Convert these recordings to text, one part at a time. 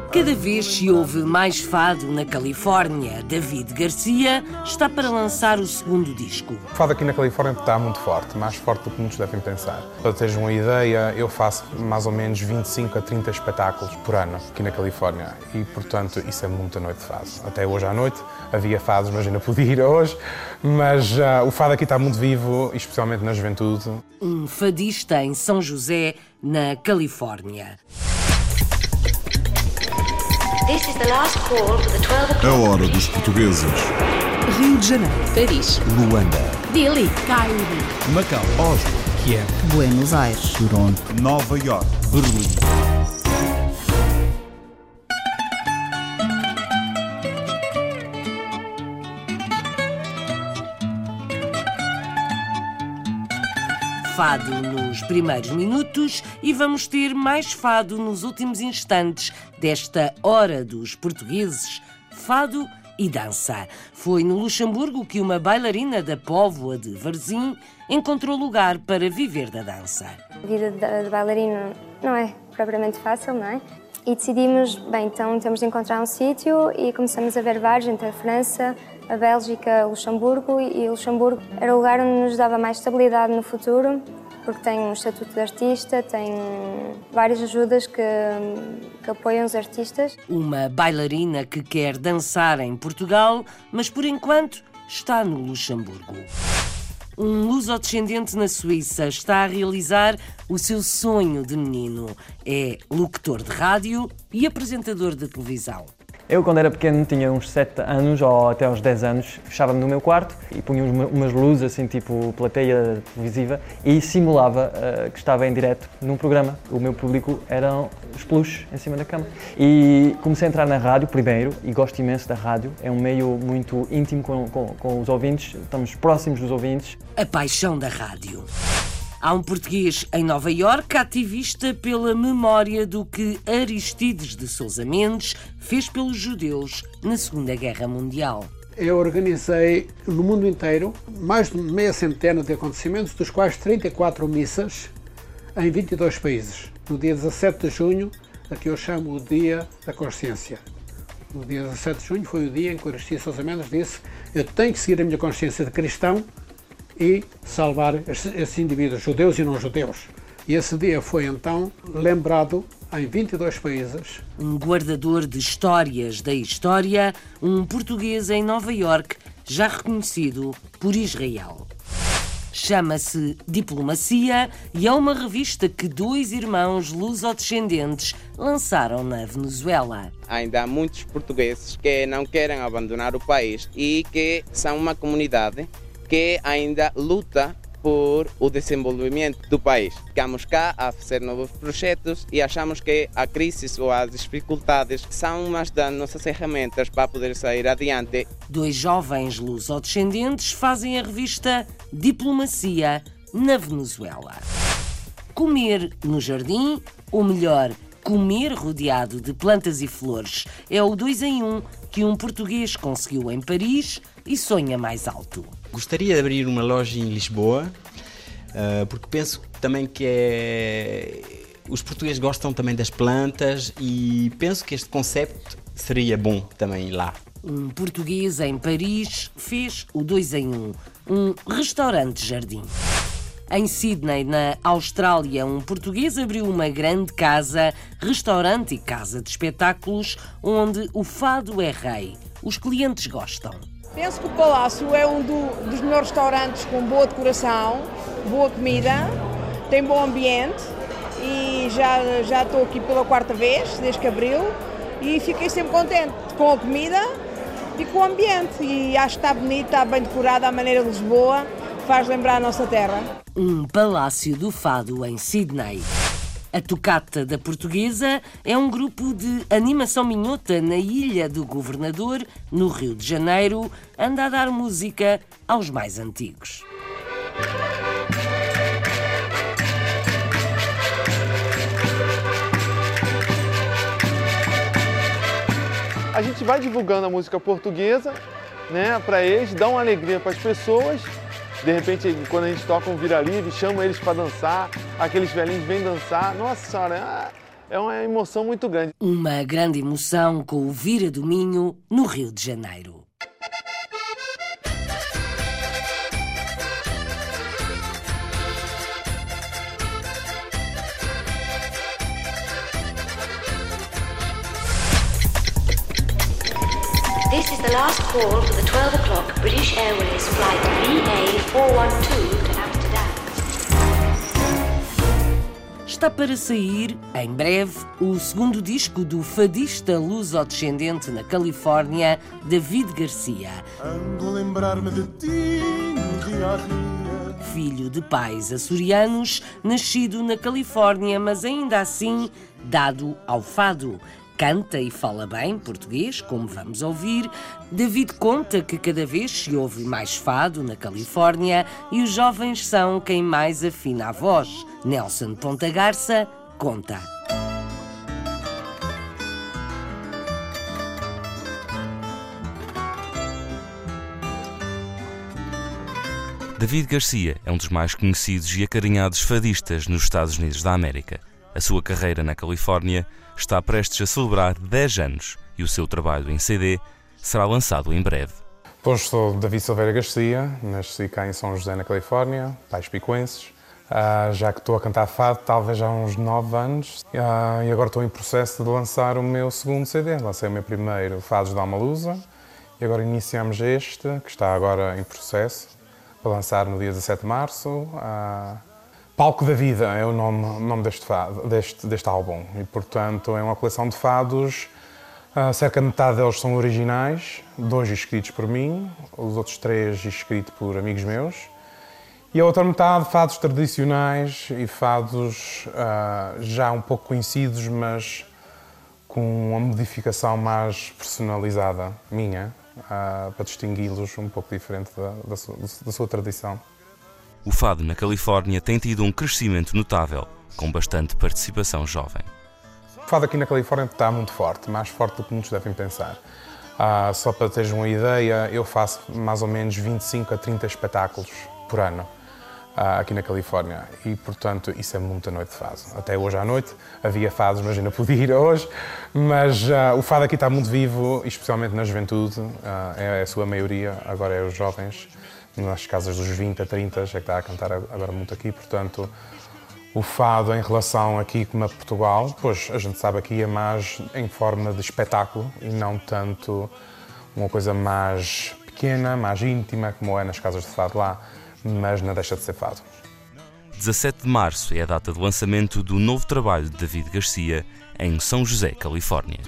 Cada vez se ouve mais fado na Califórnia. David Garcia está para lançar o segundo disco. O fado aqui na Califórnia está muito forte, mais forte do que muitos devem pensar. Para teres uma ideia, eu faço mais ou menos 25 a 30 espetáculos por ano aqui na Califórnia e, portanto, isso é muita noite de fado. Até hoje à noite havia fados, mas ainda podia ir hoje, mas o fado aqui está muito vivo, especialmente na juventude. Um fadista em São José, na Califórnia. A hora dos portugueses. Rio de Janeiro, Paris, Luanda, Delhi, Cairo, Macau, Oslo, Kiev, Buenos Aires, Toronto, Nova York, Berlim. Fado nos primeiros minutos e vamos ter mais fado nos últimos instantes desta Hora dos Portugueses. Fado e dança. Foi no Luxemburgo que uma bailarina da Póvoa de Varzim encontrou lugar para viver da dança. A vida de bailarino não é propriamente fácil, não é? E decidimos, bem, então temos de encontrar um sítio e começamos a ver vários entre a França, a Bélgica, o Luxemburgo, e o Luxemburgo era o lugar onde nos dava mais estabilidade no futuro, porque tem um estatuto de artista, tem várias ajudas que apoiam os artistas. Uma bailarina que quer dançar em Portugal, mas por enquanto está no Luxemburgo. Um luso-descendente na Suíça está a realizar o seu sonho de menino. É locutor de rádio e apresentador de televisão. Eu, quando era pequeno, tinha uns 7 anos ou até aos 10 anos, fechava-me no meu quarto e punha umas luzes, assim, tipo plateia televisiva, e simulava que estava em direto num programa. O meu público eram os peluches em cima da cama. E comecei a entrar na rádio primeiro, e gosto imenso da rádio. É um meio muito íntimo com os ouvintes, estamos próximos dos ouvintes. A paixão da rádio. Há um português em Nova Iorque ativista pela memória do que Aristides de Sousa Mendes fez pelos judeus na Segunda Guerra Mundial. Eu organizei no mundo inteiro mais de meia centena de acontecimentos, dos quais 34 missas em 22 países. No dia 17 de junho, a que eu chamo o Dia da Consciência. No dia 17 de junho foi o dia em que Aristides de Sousa Mendes disse: eu tenho que seguir a minha consciência de cristão e salvar esses indivíduos, judeus e não judeus. E esse dia foi então lembrado em 22 países. Um guardador de histórias da história, um português em Nova Iorque, já reconhecido por Israel. Chama-se Diplomacia e é uma revista que 2 irmãos luso-descendentes lançaram na Venezuela. Ainda há muitos portugueses que não querem abandonar o país e que são uma comunidade que ainda luta por o desenvolvimento do país. Ficamos cá a fazer novos projetos e achamos que a crise ou as dificuldades são uma das nossas ferramentas para poder sair adiante. 2 jovens luso-descendentes fazem a revista Diplomacia na Venezuela. Comer no jardim, ou melhor, comer rodeado de plantas e flores, é o 2 em 1 que um português conseguiu em Paris e sonha mais alto. Gostaria de abrir uma loja em Lisboa, porque penso também que os portugueses gostam também das plantas e penso que este conceito seria bom também lá. Um português em Paris fez o 2 em 1, um restaurante-jardim. Em Sydney, na Austrália, um português abriu uma grande casa, restaurante e casa de espetáculos, onde o fado é rei. Os clientes gostam. Penso que o Palácio é um dos melhores restaurantes com boa decoração, boa comida, tem bom ambiente e já estou aqui pela 4ª vez, desde que abriu, e fiquei sempre contente com a comida e com o ambiente. E acho que está bonito, está bem decorado à maneira de Lisboa, faz lembrar a nossa terra. Um Palácio do Fado em Sydney. A Tocata da Portuguesa é um grupo de animação minhota na Ilha do Governador, no Rio de Janeiro, anda a dar música aos mais antigos. A gente vai divulgando a música portuguesa, né, para eles, dá uma alegria para as pessoas. De repente, quando a gente toca um Vira Livre, chama eles para dançar, aqueles velhinhos vêm dançar. Nossa Senhora, é uma emoção muito grande. Uma grande emoção com o Vira do Minho, no Rio de Janeiro. This is the last call for the 12 o'clock British Airways flight VA412 to Amsterdam. Está para sair, em breve, o segundo disco do fadista luso-descendente na Califórnia, David Garcia. Ando a lembrar-me de ti no dia a dia. Filho de pais açorianos, nascido na Califórnia, mas ainda assim dado ao fado. Canta e fala bem português, como vamos ouvir. David conta que cada vez se ouve mais fado na Califórnia e os jovens são quem mais afina a voz. Nelson Ponta Garça conta. David Garcia é um dos mais conhecidos e acarinhados fadistas nos Estados Unidos da América. A sua carreira na Califórnia está prestes a celebrar 10 anos e o seu trabalho em CD será lançado em breve. Pois sou David Silveira Garcia, nasci cá em São José, na Califórnia, pais picuenses. Já que estou a cantar fado, talvez há uns 9 anos, e agora estou em processo de lançar o meu segundo CD. Lancei o meu primeiro, Fados da Almalusa, e agora iniciamos este, que está agora em processo, para lançar no dia 17 de março. Palco da Vida é o nome deste álbum, e portanto é uma coleção de fados. Cerca de metade deles são originais, 2 escritos por mim, os outros 3 escritos por amigos meus. E a outra metade, fados tradicionais e fados já um pouco conhecidos, mas com uma modificação mais personalizada minha, para distingui-los um pouco diferente da sua tradição. O fado na Califórnia tem tido um crescimento notável, com bastante participação jovem. O fado aqui na Califórnia está muito forte, mais forte do que muitos devem pensar. Só para teres uma ideia, eu faço mais ou menos 25 a 30 espetáculos por ano aqui na Califórnia, e portanto isso é muita noite de fado. Até hoje à noite havia fados, mas ainda podia ir hoje, mas o fado aqui está muito vivo, especialmente na juventude, é a sua maioria, agora é os jovens, nas casas dos 20 a 30, já que está a cantar agora muito aqui, portanto o fado em relação aqui como a Portugal, pois a gente sabe aqui é mais em forma de espetáculo e não tanto uma coisa mais pequena, mais íntima, como é nas casas de fado lá, mas não deixa de ser fado. 17 de março é a data de lançamento do novo trabalho de David Garcia em São José, Califórnia.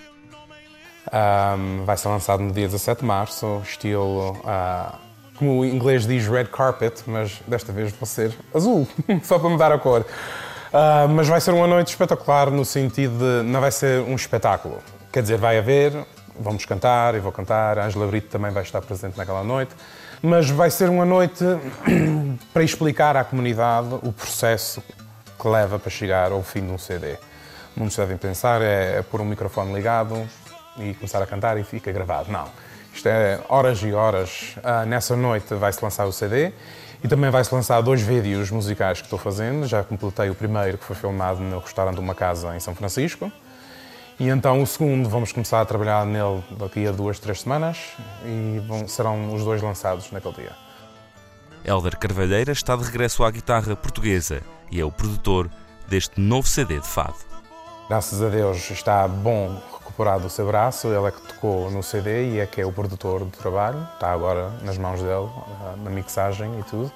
Vai ser lançado no dia 17 de março, estilo, como o inglês diz, red carpet, mas desta vez vou ser azul, só para mudar a cor. Mas vai ser uma noite espetacular no sentido de não vai ser um espetáculo. Quer dizer, vai haver, vamos cantar, eu vou cantar, a Ângela Brito também vai estar presente naquela noite. Mas vai ser uma noite para explicar à comunidade o processo que leva para chegar ao fim de um CD. Muitos devem pensar é pôr um microfone ligado e começar a cantar e fica gravado. Não. Isto é horas e horas. Nessa noite vai-se lançar o CD e também vai-se lançar 2 vídeos musicais que estou fazendo. Já completei o primeiro, que foi filmado no restaurante de uma casa em São Francisco. E então o segundo vamos começar a trabalhar nele daqui a 2, 3 semanas e serão os 2 lançados naquele dia. Hélder Carvalheira está de regresso à guitarra portuguesa e é o produtor deste novo CD de fado. Graças a Deus está bom recuperado o seu braço, ele é que tocou no CD e é que é o produtor do trabalho, está agora nas mãos dele, na mixagem e tudo.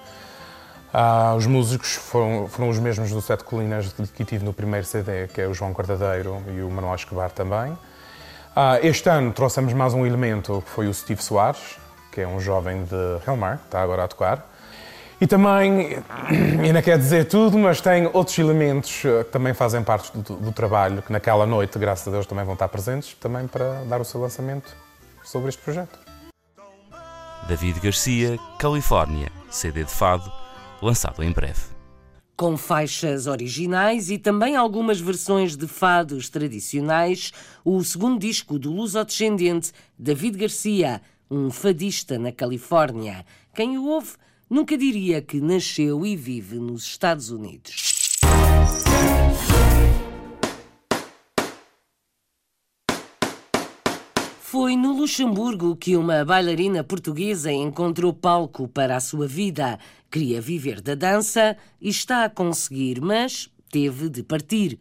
Os músicos foram os mesmos do Sete Colinas que tive no primeiro CD, que é o João Cordadeiro e o Manuel Escobar também. Este ano trouxemos mais um elemento, que foi o Steve Soares, que é um jovem de Helmar, que está agora a tocar. E também, ainda quer dizer tudo, mas tem outros elementos que também fazem parte do trabalho, que naquela noite, graças a Deus, também vão estar presentes, também para dar o seu lançamento sobre este projeto. David Garcia, Califórnia, CD de fado, lançado em breve. Com faixas originais e também algumas versões de fados tradicionais, o segundo disco do luso-descendente David Garcia, um fadista na Califórnia. Quem o ouve nunca diria que nasceu e vive nos Estados Unidos. Foi no Luxemburgo que uma bailarina portuguesa encontrou palco para a sua vida. Queria viver da dança e está a conseguir, mas teve de partir.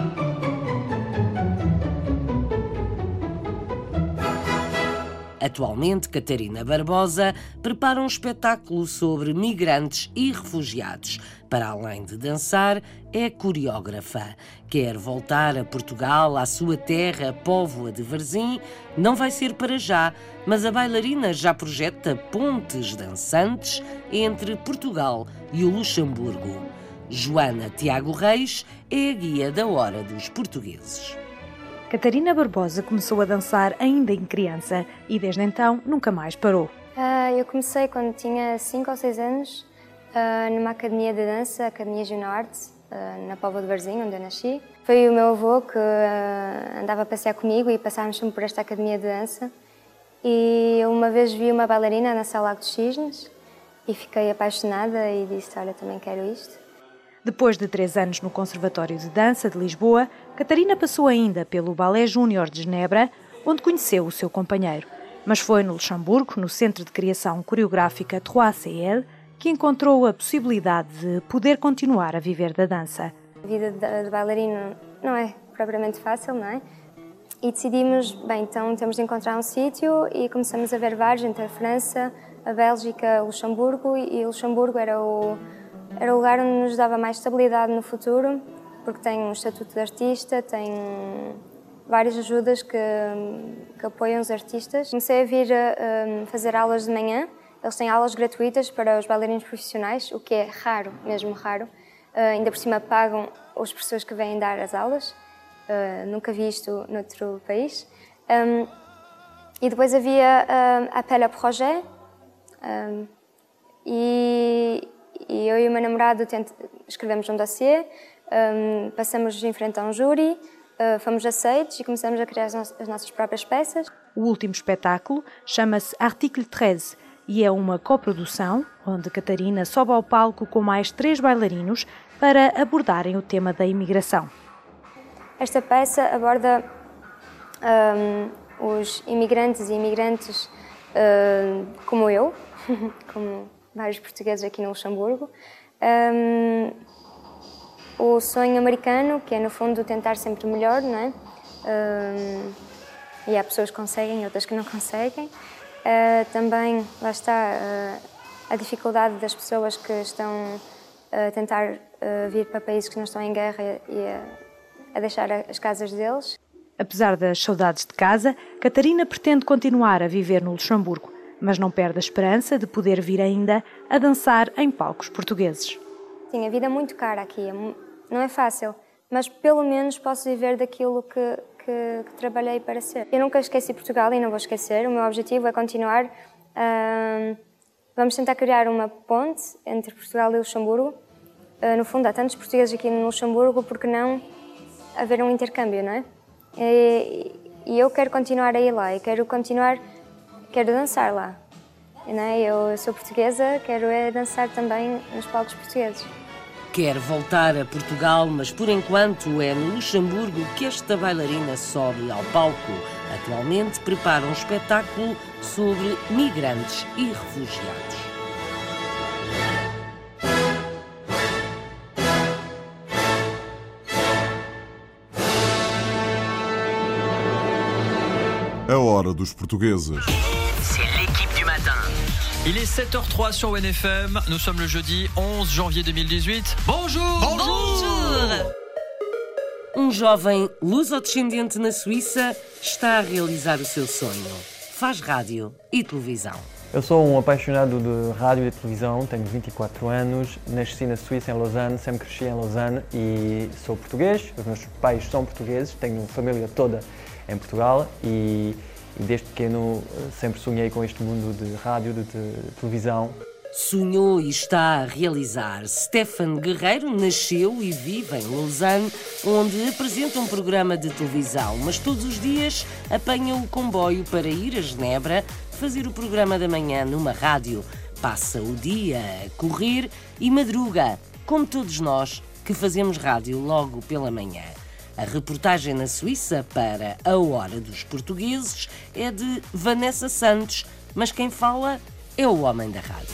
Atualmente, Catarina Barbosa prepara um espetáculo sobre migrantes e refugiados. Para além de dançar, é coreógrafa. Quer voltar a Portugal, à sua terra, Póvoa de Varzim. Não vai ser para já, mas a bailarina já projeta pontes dançantes entre Portugal e o Luxemburgo. Joana Tiago Reis é a guia da Hora dos Portugueses. Catarina Barbosa começou a dançar ainda em criança e desde então nunca mais parou. Eu comecei quando tinha 5 ou 6 anos numa academia de dança, a Academia Juno Arts, na Póvoa de Varzim, onde eu nasci. Foi o meu avô que andava a passear comigo e passávamos sempre por esta academia de dança. E uma vez vi uma bailarina dançar o Lago dos Cisnes e fiquei apaixonada e disse, olha, também quero isto. Depois de 3 anos no Conservatório de Dança de Lisboa, Catarina passou ainda pelo Ballet Júnior de Genebra, onde conheceu o seu companheiro. Mas foi no Luxemburgo, no Centro de Criação Coreográfica 3CL, que encontrou a possibilidade de poder continuar a viver da dança. A vida de bailarino não é propriamente fácil, não é? E decidimos, bem, então temos de encontrar um sítio e começamos a ver vários entre a França, a Bélgica, o Luxemburgo, e o Luxemburgo era o lugar onde nos dava mais estabilidade no futuro, porque tem um estatuto de artista, tem várias ajudas que apoiam os artistas. Comecei a vir fazer aulas de manhã. Eles têm aulas gratuitas para os bailarinos profissionais, o que é raro, mesmo raro. Ainda por cima pagam as pessoas que vêm dar as aulas. Nunca vi isto noutro país. E depois havia Appel à Projet. E eu e o meu namorado escrevemos um dossiê, passamos em frente a um júri, fomos aceitos e começamos a criar as nossas próprias peças. O último espetáculo chama-se Article 13 e é uma coprodução onde Catarina sobe ao palco com mais 3 bailarinos para abordarem o tema da imigração. Esta peça aborda os imigrantes e imigrantes como eu, como vários portugueses aqui no Luxemburgo. O sonho americano, que é no fundo tentar sempre melhor, não é? E há pessoas que conseguem, outras que não conseguem. Também, lá está, a dificuldade das pessoas que estão a tentar vir para países que não estão em guerra e a deixar as casas deles. Apesar das saudades de casa, Catarina pretende continuar a viver no Luxemburgo, mas não perde a esperança de poder vir ainda a dançar em palcos portugueses. Sim, a vida é muito cara aqui, não é fácil, mas pelo menos posso viver daquilo que trabalhei para ser. Eu nunca esqueci Portugal e não vou esquecer, o meu objetivo é continuar. Vamos tentar criar uma ponte entre Portugal e Luxemburgo. No fundo, há tantos portugueses aqui no Luxemburgo, por que não haver um intercâmbio, não é? E eu quero continuar a ir lá, e quero dançar lá. Não é? Eu sou portuguesa, quero dançar também nos palcos portugueses. Quer voltar a Portugal, mas por enquanto é no Luxemburgo que esta bailarina sobe ao palco. Atualmente prepara um espetáculo sobre migrantes e refugiados. A Hora dos Portugueses. C'est l'équipe du matin. Il est 7h03 sur WNFM. Nous sommes le jeudi 11 janvier 2018. Bonjour! Bonjour! Um jovem luso-descendente na Suíça está a realizar o seu sonho. Faz rádio e televisão. Eu sou um apaixonado de rádio e televisão, tenho 24 anos, nasci na Suíça, em Lausanne, sempre cresci em Lausanne e sou português. Os meus pais são portugueses, tenho família toda em Portugal e desde pequeno sempre sonhei com este mundo de rádio, de televisão. Sonhou e está a realizar. Stefan Guerreiro nasceu e vive em Lausanne, onde apresenta um programa de televisão, mas todos os dias apanha o comboio para ir a Genebra fazer o programa da manhã numa rádio. Passa o dia a correr e madruga, como todos nós que fazemos rádio logo pela manhã. A reportagem na Suíça para A Hora dos Portugueses é de Vanessa Santos, mas quem fala é o homem da rádio.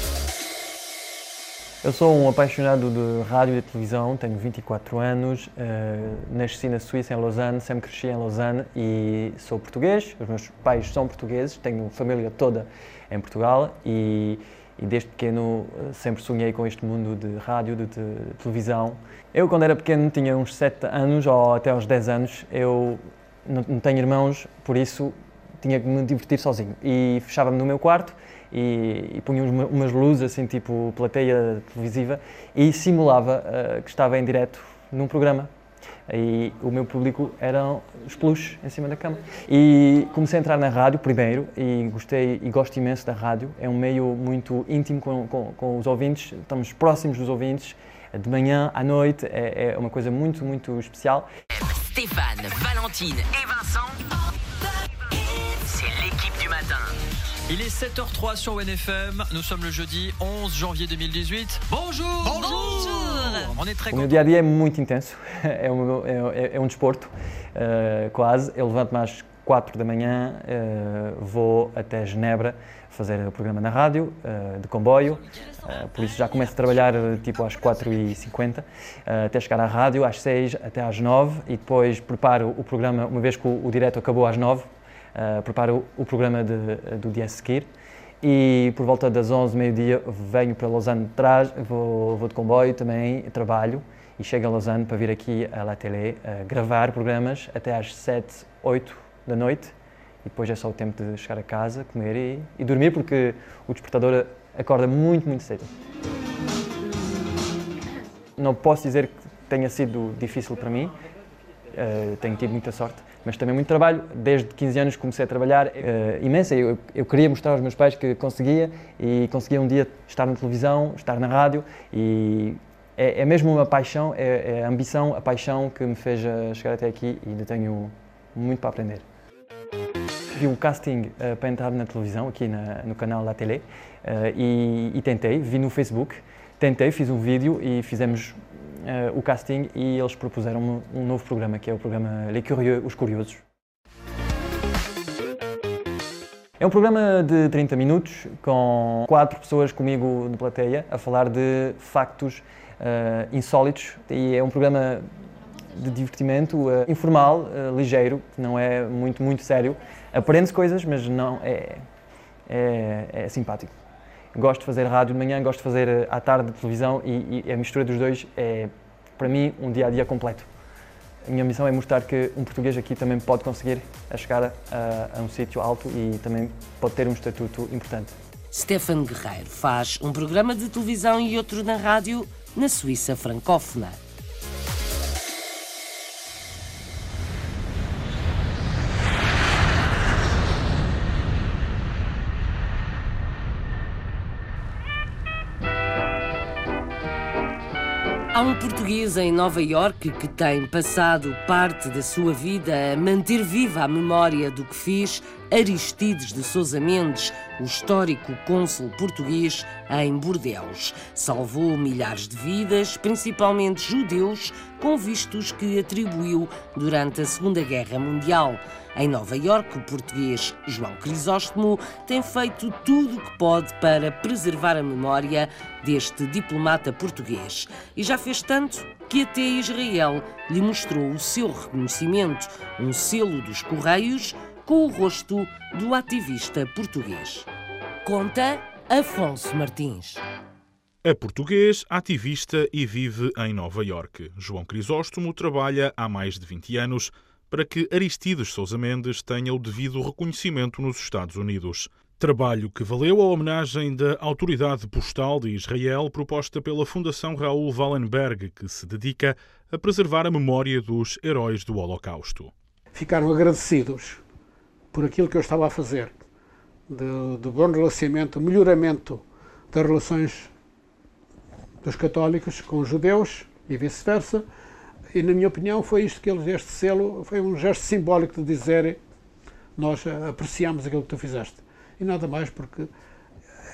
Eu sou um apaixonado de rádio e de televisão, tenho 24 anos, nasci na Suíça, em Lausanne, sempre cresci em Lausanne e sou português, os meus pais são portugueses, tenho família toda em Portugal e desde pequeno sempre sonhei com este mundo de rádio, de televisão. Eu, quando era pequeno, tinha uns 7 anos ou até aos 10 anos, eu não tenho irmãos, por isso tinha que me divertir sozinho e fechava-me no meu quarto e punha umas luzes assim, tipo plateia televisiva e simulava que estava em direto num programa. E o meu público eram os peluches em cima da cama. E comecei a entrar na rádio primeiro e gostei e gosto imenso da rádio. É um meio muito íntimo com os ouvintes, estamos próximos dos ouvintes, de manhã à noite, é uma coisa muito, muito especial. Stéphane, Valentine et Vincent, c'est l'équipe du matin. Il est 7h03 sur WNFM, nous sommes le jeudi 11 janvier 2018. Bonjour! Bonjour! On est très O meu dia-a-dia é muito intenso, é um desporto, quase. Eu levanto-me às 4 da manhã, vou até Genebra fazer o programa na rádio, de comboio, por isso já começo a trabalhar tipo às 4h50, até chegar à rádio às 6, até às 9 e depois preparo o programa, uma vez que o direto acabou às 9, preparo o programa do dia a seguir e por volta das 11, meio-dia, venho para Lausanne de trás, vou de comboio também, trabalho e chego a Lausanne para vir aqui à La Télé gravar programas até às 7, 8 da noite e depois é só o tempo de chegar a casa, comer e dormir porque o despertador acorda muito, muito cedo. Não posso dizer que tenha sido difícil para mim, tenho tido muita sorte, mas também muito trabalho. Desde 15 anos comecei a trabalhar imenso. Eu queria mostrar aos meus pais que conseguia e conseguia um dia estar na televisão, estar na rádio e é mesmo uma paixão, é a ambição, a paixão que me fez chegar até aqui e ainda tenho muito para aprender. Vi um casting para entrar na televisão aqui no canal La Télé e tentei, vi no Facebook, fiz um vídeo e fizemos o casting e eles propuseram um novo programa, que é o programa Les Curieux, Os Curiosos. É um programa de 30 minutos, com 4 pessoas comigo de plateia, a falar de factos insólitos e é um programa de divertimento informal, ligeiro, que não é muito, muito sério. Aprende-se coisas, mas não é simpático. Gosto de fazer rádio de manhã, gosto de fazer à tarde de televisão e a mistura dos dois é, para mim, um dia-a-dia completo. A minha missão é mostrar que um português aqui também pode conseguir chegar a um sítio alto e também pode ter um estatuto importante. Stéphane Guerreiro faz um programa de televisão e outro na rádio na Suíça francófona. Há um português em Nova Iorque que tem passado parte da sua vida a manter viva a memória do que fez Aristides de Sousa Mendes, o histórico cônsul português em Bordeaux. Salvou milhares de vidas, principalmente judeus, com vistos que atribuiu durante a Segunda Guerra Mundial. Em Nova Iorque, o português João Crisóstomo tem feito tudo o que pode para preservar a memória deste diplomata português. E já fez tanto que até Israel lhe mostrou o seu reconhecimento, um selo dos Correios com o rosto do ativista português. Conta Afonso Martins. É português, ativista e vive em Nova Iorque. João Crisóstomo trabalha há mais de 20 anos para que Aristides Sousa Mendes tenha o devido reconhecimento nos Estados Unidos. Trabalho que valeu a homenagem da Autoridade Postal de Israel proposta pela Fundação Raoul Wallenberg, que se dedica a preservar a memória dos heróis do Holocausto. Ficaram agradecidos por aquilo que eu estava a fazer, de bom relacionamento, melhoramento das relações dos católicos com os judeus e vice-versa. E, na minha opinião, foi isto que eles, este selo, foi um gesto simbólico de dizer nós apreciamos aquilo que tu fizeste. E nada mais, porque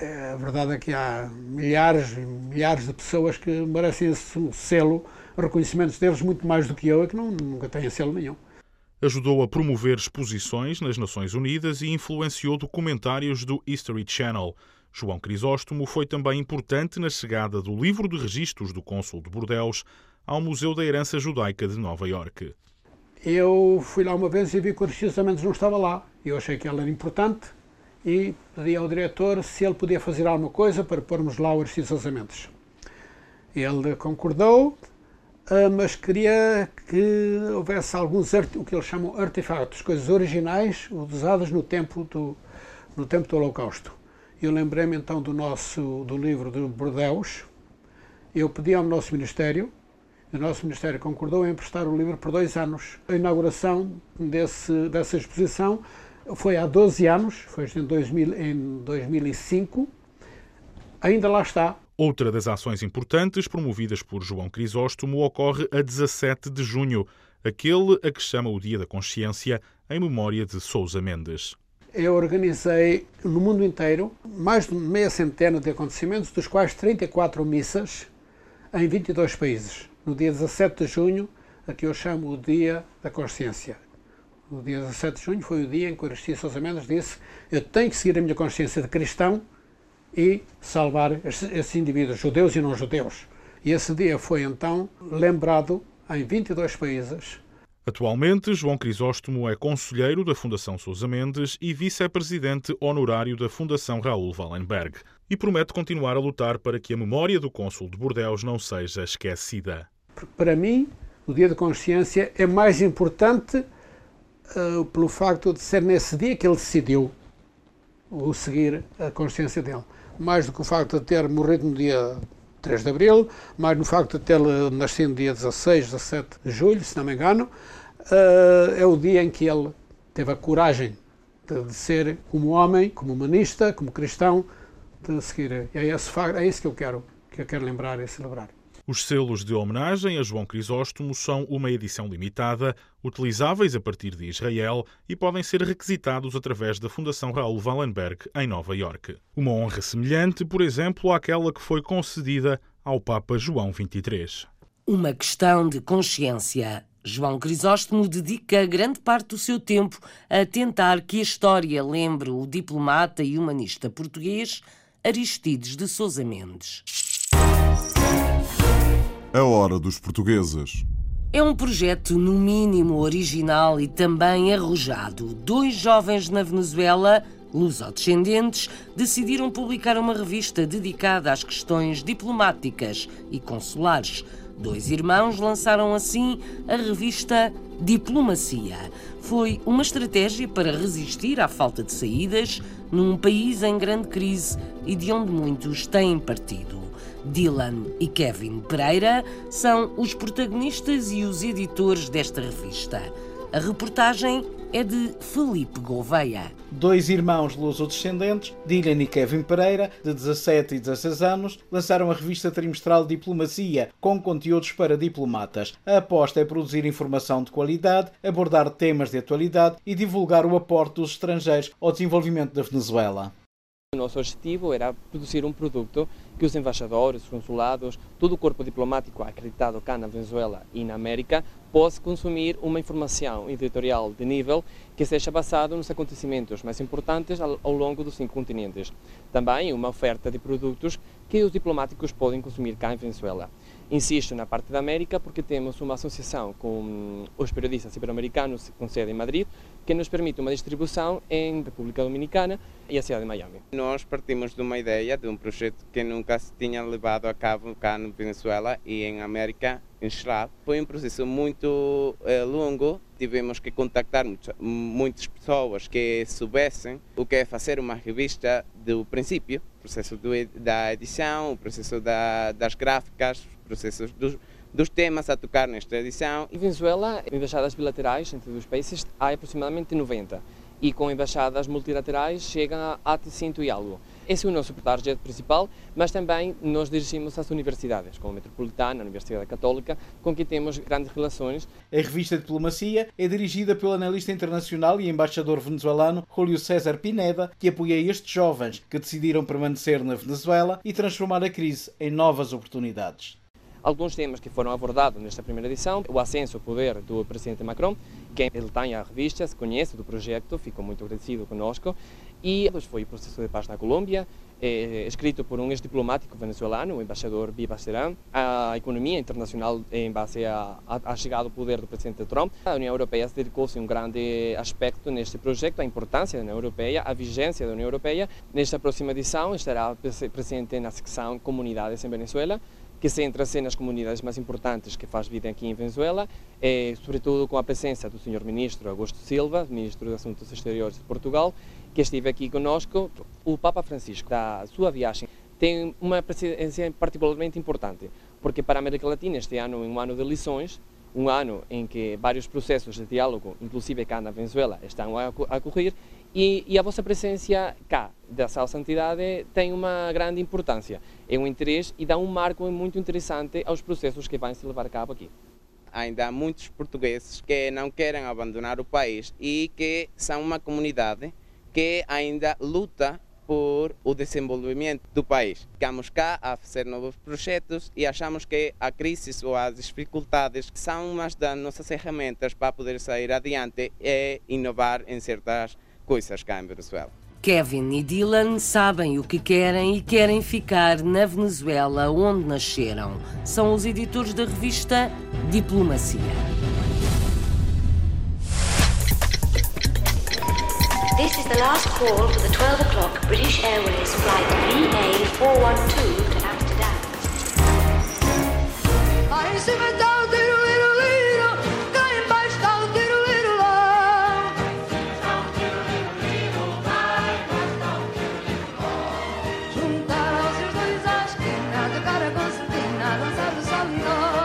A verdade é que há milhares e milhares de pessoas que merecem esse selo, reconhecimentos deles muito mais do que eu, e que nunca têm selo nenhum. Ajudou a promover exposições nas Nações Unidas e influenciou documentários do History Channel. João Crisóstomo foi também importante na chegada do livro de registros do cônsul de Bordeus ao Museu da Herança Judaica de Nova Iorque. Eu fui lá uma vez e vi que o registro de casamentos não estava lá. Eu achei que ele era importante e pedi ao diretor se ele podia fazer alguma coisa para pormos lá o registro de casamentos. Ele concordou, mas queria que houvesse alguns, o que eles chamam artefatos, coisas originais usadas no tempo do Holocausto. Eu lembrei-me então do livro de Bordeus. Eu pedi ao nosso Ministério, o nosso Ministério concordou em emprestar o livro por 2 anos. A inauguração dessa exposição foi há 12 anos, foi em 2005, ainda lá está. Outra das ações importantes promovidas por João Crisóstomo ocorre a 17 de junho, aquele a que chama o Dia da Consciência, em memória de Sousa Mendes. Eu organizei no mundo inteiro mais de meia centena de acontecimentos, dos quais 34 missas em 22 países. No dia 17 de junho, a que eu chamo o Dia da Consciência. O dia 17 de junho foi o dia em que o Aristides Sousa Mendes disse: eu tenho que seguir a minha consciência de cristão e salvar esses indivíduos, judeus e não judeus. E esse dia foi então lembrado em 22 países. Atualmente, João Crisóstomo é conselheiro da Fundação Sousa Mendes e vice-presidente honorário da Fundação Raoul Wallenberg. E promete continuar a lutar para que a memória do cônsul de Bordeus não seja esquecida. Para mim, o Dia da Consciência é mais importante pelo facto de ser nesse dia que ele decidiu seguir a consciência dele. Mais do que o facto de ter morrido no dia 3 de Abril, mais no facto de ter nascido no dia 16, 17 de Julho, se não me engano, é o dia em que ele teve a coragem de ser como homem, como humanista, como cristão, de seguir. É isso que eu quero lembrar e celebrar. Os selos de homenagem a João Crisóstomo são uma edição limitada, utilizáveis a partir de Israel e podem ser requisitados através da Fundação Raoul Wallenberg, em Nova Iorque. Uma honra semelhante, por exemplo, àquela que foi concedida ao Papa João XXIII. Uma questão de consciência. João Crisóstomo dedica grande parte do seu tempo a tentar que a história lembre o diplomata e humanista português Aristides de Sousa Mendes. A Hora dos Portugueses. É um projeto, no mínimo, original e também arrojado. 2 jovens na Venezuela, lusodescendentes, decidiram publicar uma revista dedicada às questões diplomáticas e consulares. 2 irmãos lançaram assim a revista Diplomacia. Foi uma estratégia para resistir à falta de saídas num país em grande crise e de onde muitos têm partido. Dylan e Kevin Pereira são os protagonistas e os editores desta revista. A reportagem é de Felipe Gouveia. 2 irmãos luso-descendentes, Dylan e Kevin Pereira, de 17 e 16 anos, lançaram a revista trimestral Diplomacia, com conteúdos para diplomatas. A aposta é produzir informação de qualidade, abordar temas de atualidade e divulgar o aporte dos estrangeiros ao desenvolvimento da Venezuela. O nosso objetivo era produzir um produto que os embaixadores, os consulados, todo o corpo diplomático acreditado cá na Venezuela e na América possa consumir uma informação editorial de nível que seja basada nos acontecimentos mais importantes ao longo dos 5 continentes. Também uma oferta de produtos que os diplomáticos podem consumir cá em Venezuela. Insisto na parte da América porque temos uma associação com os periodistas ibero-americanos com sede em Madrid que nos permite uma distribuição em República Dominicana e a cidade de Miami. Nós partimos de uma ideia, de um projeto que nunca se tinha levado a cabo cá na Venezuela e em América em geral. Foi um processo muito longo, tivemos que contactar muitas pessoas que soubessem o que é fazer uma revista do princípio, o processo da edição, o processo das gráficas, processos dos temas a tocar nesta edição. Em Venezuela, embaixadas bilaterais entre os países há aproximadamente 90. e com embaixadas multilaterais chega a 100 e algo. Esse é o nosso target principal, mas também nos dirigimos às universidades, como a Metropolitana, a Universidade Católica, com quem temos grandes relações. A revista Diplomacia é dirigida pelo analista internacional e embaixador venezuelano Julio César Pineda, que apoia estes jovens que decidiram permanecer na Venezuela e transformar a crise em novas oportunidades. Alguns temas que foram abordados nesta primeira edição, o ascenso ao poder do presidente Macron, quem ele tem a revista, se conhece do projeto, ficou muito agradecido conosco, e foi o processo de paz na Colômbia, escrito por um ex-diplomático venezuelano, o embaixador Vivas Terán, a economia internacional em base à chegada ao poder do presidente Trump. A União Europeia se dedicou-se a um grande aspecto neste projeto, a importância da União Europeia, a vigência da União Europeia. Nesta próxima edição estará presente na secção Comunidades em Venezuela, que centra-se nas comunidades mais importantes que faz vida aqui em Venezuela, sobretudo com a presença do Sr. Ministro Augusto Silva, Ministro dos Assuntos Exteriores de Portugal, que esteve aqui conosco. O Papa Francisco, da sua viagem, tem uma presença particularmente importante, porque para a América Latina este ano é um ano de lições, um ano em que vários processos de diálogo, inclusive cá na Venezuela, estão a ocorrer, e a vossa presença cá, da Sua Santidade, tem uma grande importância. É um interesse e dá um marco muito interessante aos processos que vão se levar a cabo aqui. Ainda há muitos portugueses que não querem abandonar o país e que são uma comunidade que ainda luta por o desenvolvimento do país. Ficamos cá a fazer novos projetos e achamos que a crise ou as dificuldades são uma das nossas ferramentas para poder sair adiante e inovar em certas coisas cá em Venezuela. Kevin e Dylan sabem o que querem e querem ficar na Venezuela, onde nasceram. São os editores da revista Diplomacia. This is the last call for the 12 o'clock British Airways flight VA412 to Amsterdam. Aí em cima dá o tiro, liro, liro, cá embaixo dá o tiro, liro, lá. Juntaram-se os dois à esquina, de cara concertina, dançar do sol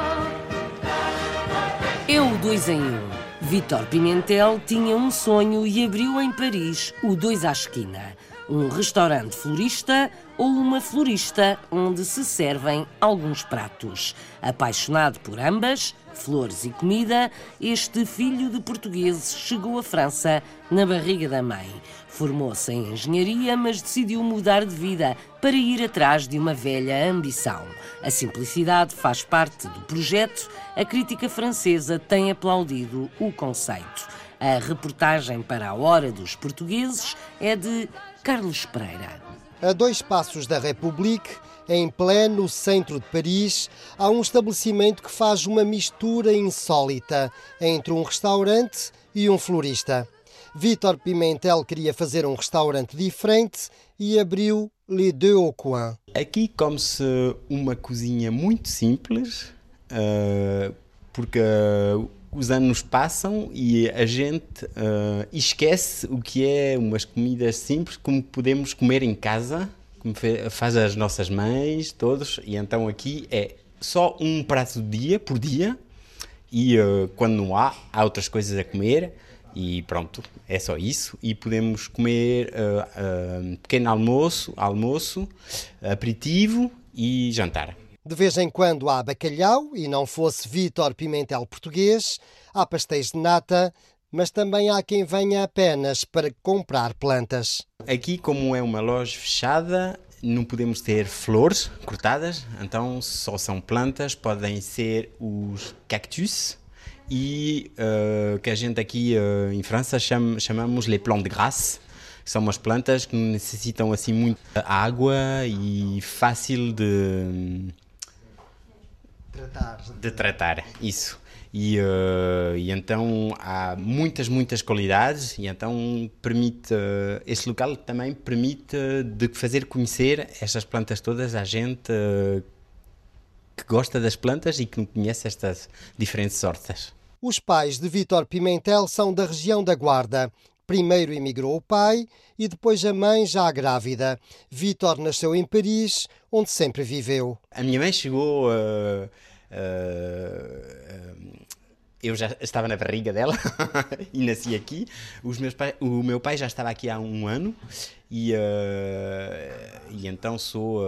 e nó. É o 2 em 1. Vítor Pimentel tinha um sonho e abriu em Paris o 2 à esquina, um restaurante florista ou uma florista onde se servem alguns pratos. Apaixonado por ambas, flores e comida, este filho de portugueses chegou à França na barriga da mãe. Formou-se em engenharia, mas decidiu mudar de vida para ir atrás de uma velha ambição. A simplicidade faz parte do projeto. A crítica francesa tem aplaudido o conceito. A reportagem para a Hora dos Portugueses é de Carlos Pereira. A 2 passos da République, em pleno centro de Paris, há um estabelecimento que faz uma mistura insólita entre um restaurante e um florista. Vítor Pimentel queria fazer um restaurante diferente e abriu Les Deux au Coin. Aqui come-se uma cozinha muito simples, porque os anos passam e a gente esquece o que é umas comidas simples, como podemos comer em casa, como faz as nossas mães, todos. E então aqui é só um prato por dia, e quando não há outras coisas a comer. E pronto, é só isso. E podemos comer pequeno almoço, aperitivo e jantar. De vez em quando há bacalhau, e não fosse Vítor Pimentel português, há pastéis de nata, mas também há quem venha apenas para comprar plantas. Aqui, como é uma loja fechada, não podemos ter flores cortadas, então só são plantas, podem ser os cactus, e que a gente aqui em França chamamos les plantes de grâce. São umas plantas que não necessitam assim muito água e fácil de tratar, isso. E então há muitas qualidades, e então permite, este local também permite de fazer conhecer estas plantas todas à gente que gosta das plantas e que não conhece estas diferentes hortas. Os pais de Vítor Pimentel são da região da Guarda. Primeiro emigrou o pai e depois a mãe já grávida. Vítor nasceu em Paris, onde sempre viveu. A minha mãe chegou eu já estava na barriga dela e nasci aqui. O meu pai já estava aqui há 1 ano e então sou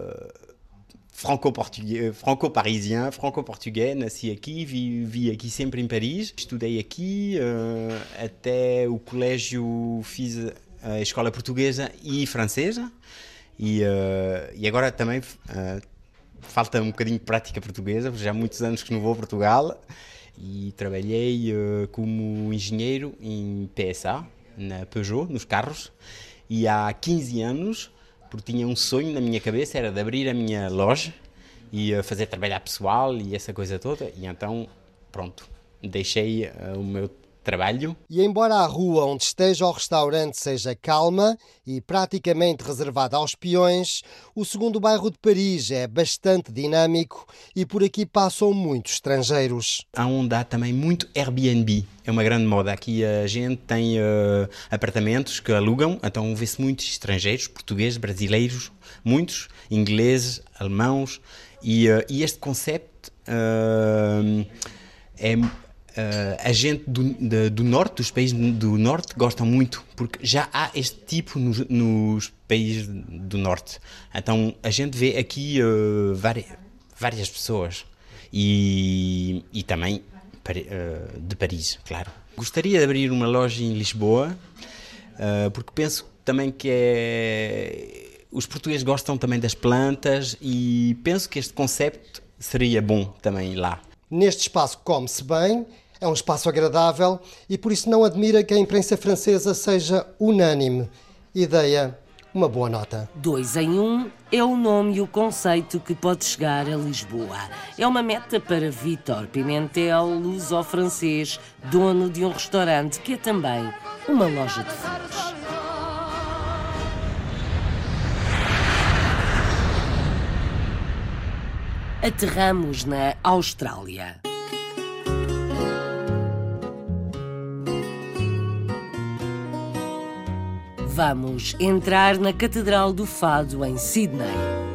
franco-parisien, franco-português, nasci aqui, vivi aqui sempre em Paris, estudei aqui, até o colégio fiz a escola portuguesa e francesa e agora também falta um bocadinho de prática portuguesa, porque já há muitos anos que não vou a Portugal. E trabalhei como engenheiro em PSA, na Peugeot, nos carros, e há 15 anos, porque tinha um sonho na minha cabeça, era de abrir a minha loja e fazer trabalhar pessoal e essa coisa toda, e então, pronto, deixei o meu trabalho. E embora a rua onde esteja o restaurante seja calma e praticamente reservada aos peões, o segundo bairro de Paris é bastante dinâmico e por aqui passam muitos estrangeiros. Onde há também muito Airbnb, é uma grande moda. Aqui a gente tem apartamentos que alugam, então vê-se muitos estrangeiros, portugueses, brasileiros, muitos, ingleses, alemãos, e este conceito a gente do norte, dos países do norte, gostam muito, porque já há este tipo nos países do norte. Então a gente vê aqui várias pessoas e também de Paris, claro. Gostaria de abrir uma loja em Lisboa, porque penso também que os portugueses gostam também das plantas e penso que este conceito seria bom também lá. Neste espaço come-se bem, é um espaço agradável e por isso não admira que a imprensa francesa seja unânime. Ideia, uma boa nota. 2 em 1 é o nome e o conceito que pode chegar a Lisboa. É uma meta para Vítor Pimentel, luso-francês, dono de um restaurante que é também uma loja de flores. Aterramos na Austrália. Vamos entrar na Catedral do Fado em Sydney.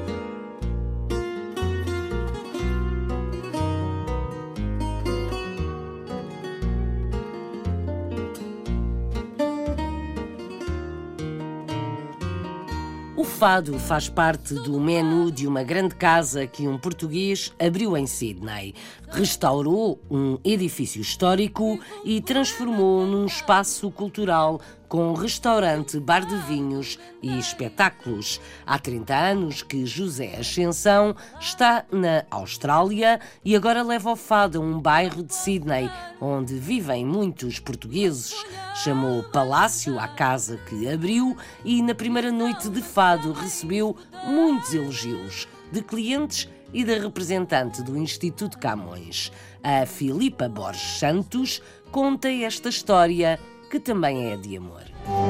O fado faz parte do menu de uma grande casa que um português abriu em Sydney. Restaurou um edifício histórico e transformou num espaço cultural com restaurante, bar de vinhos e espetáculos. Há 30 anos que José Ascensão está na Austrália e agora leva o fado a um bairro de Sydney, onde vivem muitos portugueses. Chamou Palácio à casa que abriu e na primeira noite de fado recebeu muitos elogios de clientes e da representante do Instituto Camões. A Filipa Borges Santos conta esta história que também é de amor.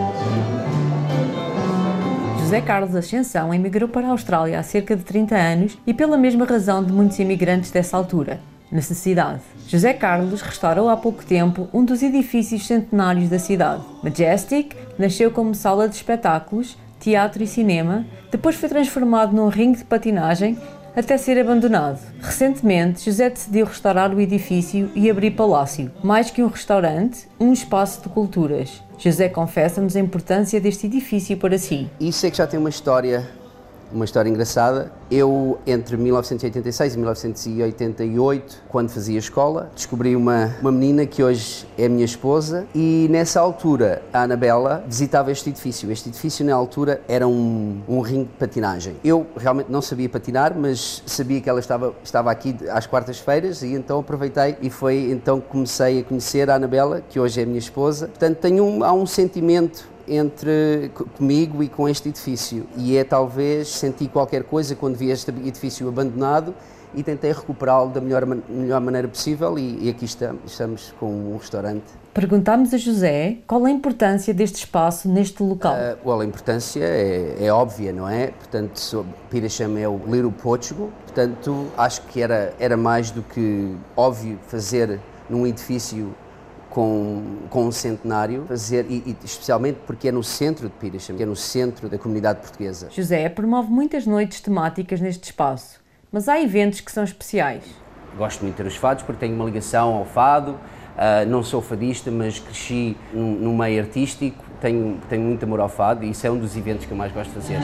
José Carlos Ascensão emigrou para a Austrália há cerca de 30 anos e pela mesma razão de muitos imigrantes dessa altura, necessidade. José Carlos restaurou há pouco tempo um dos edifícios centenários da cidade. Majestic nasceu como sala de espetáculos, teatro e cinema, depois foi transformado num ringue de patinagem até ser abandonado. Recentemente, José decidiu restaurar o edifício e abrir palácio. Mais que um restaurante, um espaço de culturas. José confessa-nos a importância deste edifício para si. Isso é que já tem uma história engraçada. Eu, entre 1986 e 1988, quando fazia escola, descobri uma menina que hoje é minha esposa e nessa altura a Anabela visitava este edifício. Este edifício na altura era um ringue de patinagem. Eu realmente não sabia patinar, mas sabia que ela estava aqui às quartas-feiras e então aproveitei e foi então que comecei a conhecer a Anabela, que hoje é minha esposa. Portanto, há um sentimento comigo e com este edifício e talvez senti qualquer coisa quando vi este edifício abandonado e tentei recuperá-lo da melhor maneira possível e aqui estamos com um restaurante. Perguntámos a José qual a importância deste espaço neste local. A importância é óbvia, não é? Portanto, Petersham é o Little Portugal, portanto acho que era mais do que óbvio fazer num edifício com um centenário, e especialmente porque é no centro de Petersham, que é no centro da comunidade portuguesa. José promove muitas noites temáticas neste espaço, mas há eventos que são especiais. Gosto muito de ter os fados porque tenho uma ligação ao fado. Não sou fadista, mas cresci num meio artístico, tenho muito amor ao fado e isso é um dos eventos que eu mais gosto de fazer.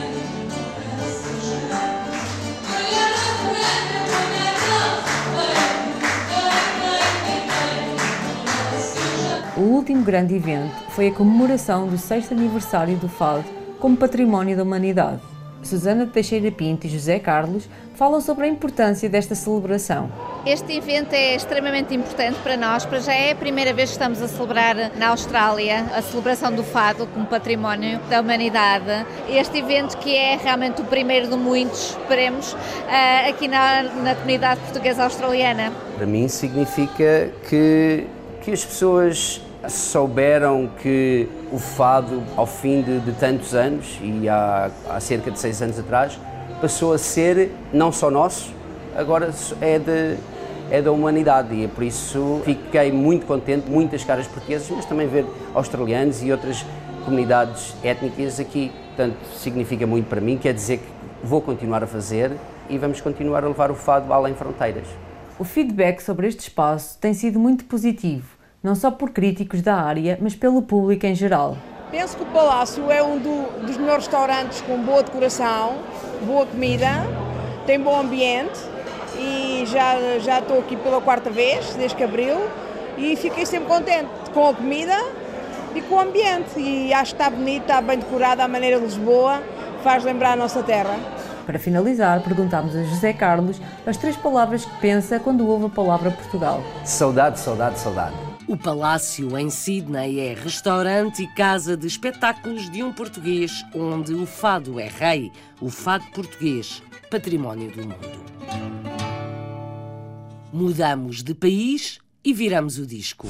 O último grande evento foi a comemoração do 6º aniversário do fado como Património da Humanidade. Susana Teixeira Pinto e José Carlos falam sobre a importância desta celebração. Este evento é extremamente importante para nós, para já é a primeira vez que estamos a celebrar na Austrália a celebração do fado como Património da Humanidade. Este evento que é realmente o primeiro de muitos, esperemos, aqui na comunidade portuguesa australiana. Para mim significa que as pessoas souberam que o fado, ao fim de tantos anos, e há cerca de 6 anos atrás, passou a ser não só nosso, agora é da humanidade, e é por isso fiquei muito contente, muitas caras portuguesas, mas também ver australianos e outras comunidades étnicas aqui. Portanto, significa muito para mim, quer dizer que vou continuar a fazer e vamos continuar a levar o fado além fronteiras. O feedback sobre este espaço tem sido muito positivo, não só por críticos da área, mas pelo público em geral. Penso que o Palácio é um dos melhores restaurantes com boa decoração, boa comida, tem bom ambiente e já estou aqui pela 4ª vez, desde que abriu, e fiquei sempre contente com a comida e com o ambiente. E acho que está bonito, está bem decorado à maneira de Lisboa, faz lembrar a nossa terra. Para finalizar, perguntámos a José Carlos as 3 palavras que pensa quando ouve a palavra Portugal. Saudade, saudade, saudade. O Palácio em Sydney é restaurante e casa de espetáculos de um português onde o fado é rei, o fado português, património do mundo. Mudamos de país e viramos o disco.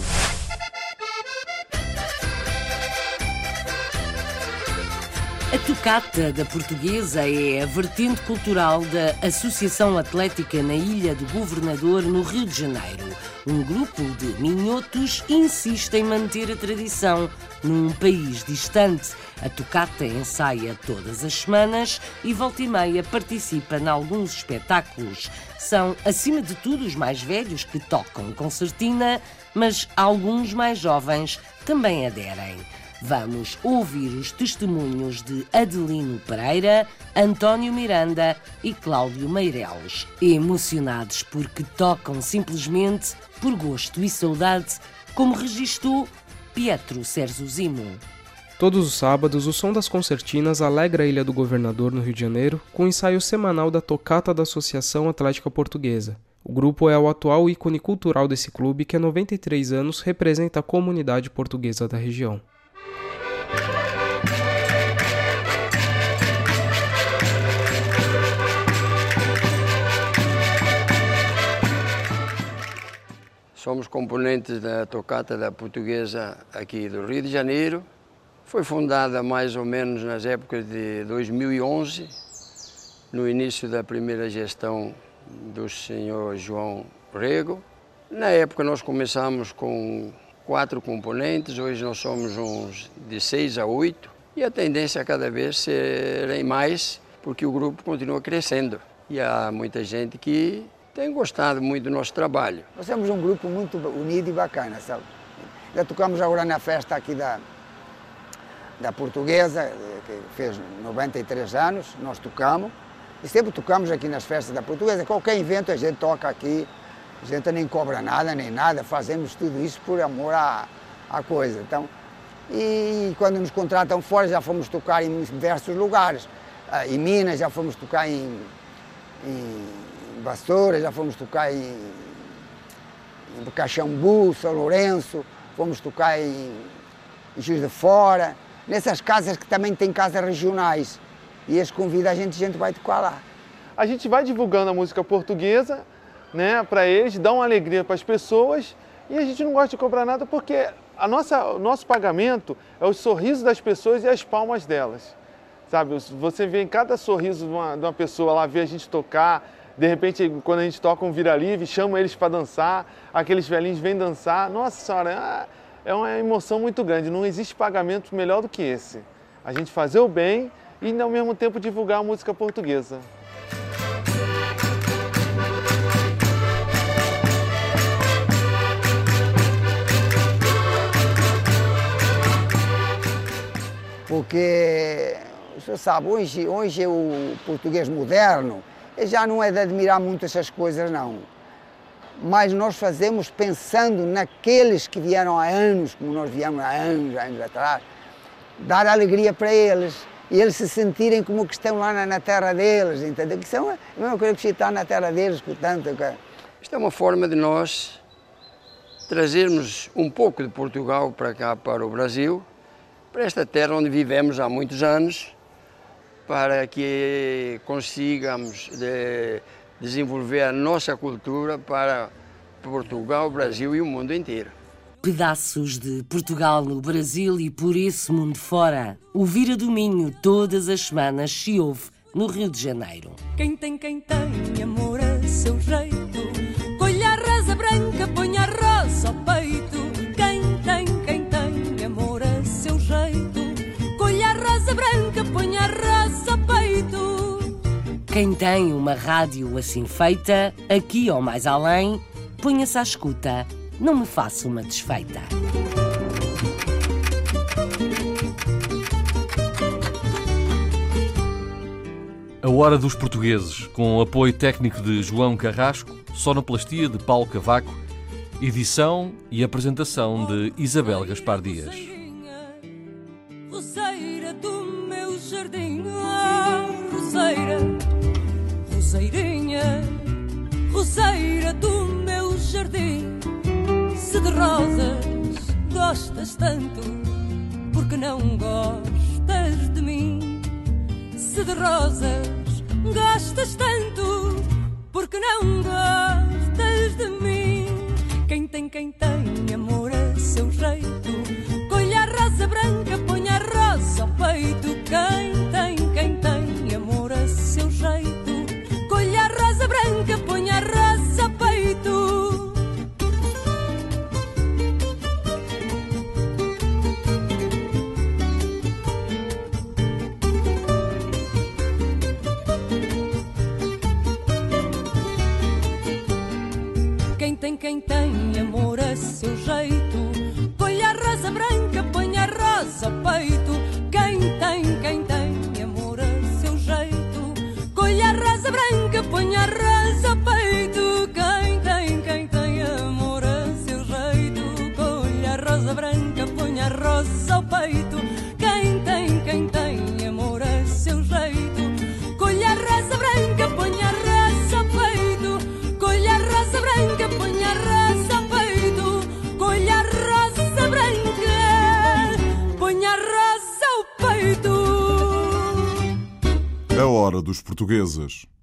A Tocata da Portuguesa é a vertente cultural da Associação Atlética na Ilha do Governador, no Rio de Janeiro. Um grupo de minhotos insiste em manter a tradição num país distante. A Tocata ensaia todas as semanas e volta e meia participa em alguns espetáculos. São, acima de tudo, os mais velhos que tocam concertina, mas alguns mais jovens também aderem. Vamos ouvir os testemunhos de Adelino Pereira, António Miranda e Cláudio Meireles, emocionados porque tocam simplesmente por gosto e saudade, como registou Pietro Serzuzimo. Todos os sábados, o som das concertinas alegra a Ilha do Governador, no Rio de Janeiro, com o ensaio semanal da Tocata da Associação Atlética Portuguesa. O grupo é o atual ícone cultural desse clube que há 93 anos representa a comunidade portuguesa da região. Somos componentes da Tocata da Portuguesa aqui do Rio de Janeiro. Foi fundada mais ou menos nas épocas de 2011, no início da primeira gestão do senhor João Rego. Na época nós começamos com 4 componentes, hoje nós somos uns de 6 a 8 e a tendência é cada vez serem mais, porque o grupo continua crescendo e há muita gente que tem gostado muito do nosso trabalho. Nós somos um grupo muito unido e bacana, sabe? Já tocamos agora na festa aqui da Portuguesa, que fez 93 anos, nós tocamos. E sempre tocamos aqui nas festas da Portuguesa. Qualquer evento a gente toca aqui, a gente nem cobra nada, nem nada, fazemos tudo isso por amor à coisa. Então, e quando nos contratam fora, já fomos tocar em diversos lugares. Em Minas, já fomos tocar em Vassoura, já fomos tocar em Caxambu, São Lourenço, fomos tocar em Juiz de Fora, nessas casas que também têm casas regionais. E eles convidam a gente vai tocar lá. A gente vai divulgando a música portuguesa, né, para eles, dá uma alegria para as pessoas e a gente não gosta de cobrar nada porque o nosso pagamento é o sorriso das pessoas e as palmas delas. Sabe, você vê em cada sorriso de uma pessoa lá, vê a gente tocar. De repente, quando a gente toca um Vira Livre, chama eles para dançar, aqueles velhinhos vêm dançar. Nossa Senhora, é uma emoção muito grande. Não existe pagamento melhor do que esse. A gente fazer o bem e, ao mesmo tempo, divulgar a música portuguesa. Porque, o senhor sabe, hoje o português moderno já não é de admirar muito essas coisas, não. Mas nós fazemos pensando naqueles que vieram há anos, como nós viemos há anos atrás, dar alegria para eles. E eles se sentirem como que estão lá na terra deles, entendeu? Que são a mesma coisa que estar na terra deles, portanto. Isto é uma forma de nós trazermos um pouco de Portugal para cá, para o Brasil, para esta terra onde vivemos há muitos anos, para que consigamos desenvolver a nossa cultura para Portugal, o Brasil e o mundo inteiro. Pedaços de Portugal no Brasil e por esse mundo fora. O Vira do Minho todas as semanas se ouve no Rio de Janeiro. Quem tem amor a seu jeito, colhe a rosa branca, põe a rosa ao peito. Quem tem amor a seu jeito, colhe a rosa branca, põe a rosa ao peito. Quem tem uma rádio assim feita, aqui ou mais além, ponha-se à escuta, não me faça uma desfeita. A Hora dos Portugueses, com o apoio técnico de João Carrasco, sonoplastia de Paulo Cavaco, edição e apresentação de Isabel Gaspar Dias. Roseira do meu jardim, roseira, roseirinha, roseira do meu jardim. Se de rosas gostas tanto, porque não gostas de mim? Se de rosas gostas tanto, porque não gostas de mim? Quem tem amor a seu jeito, colhe a rosa branca, põe a rosa ao peito. Quem tem amor a seu jeito, colhe a rosa branca, põe a rosa ao peito. Quem tem amor a seu jeito, colhe a rosa branca, põe a rosa ao peito. Quem tem amor a seu jeito, colhe a rosa branca, põe a rosa ao peito. Quem tem amor a seu jeito, colhe a rosa branca, põe a rosa ao peito. Quem tem amor a seu jeito, colhe a rosa branca, põe a rosa ao peito. Colhe a rosa branca, põe a rosa ao peito. Colhe a rosa branca, põe a rosa ao peito. A Hora dos Portugueses.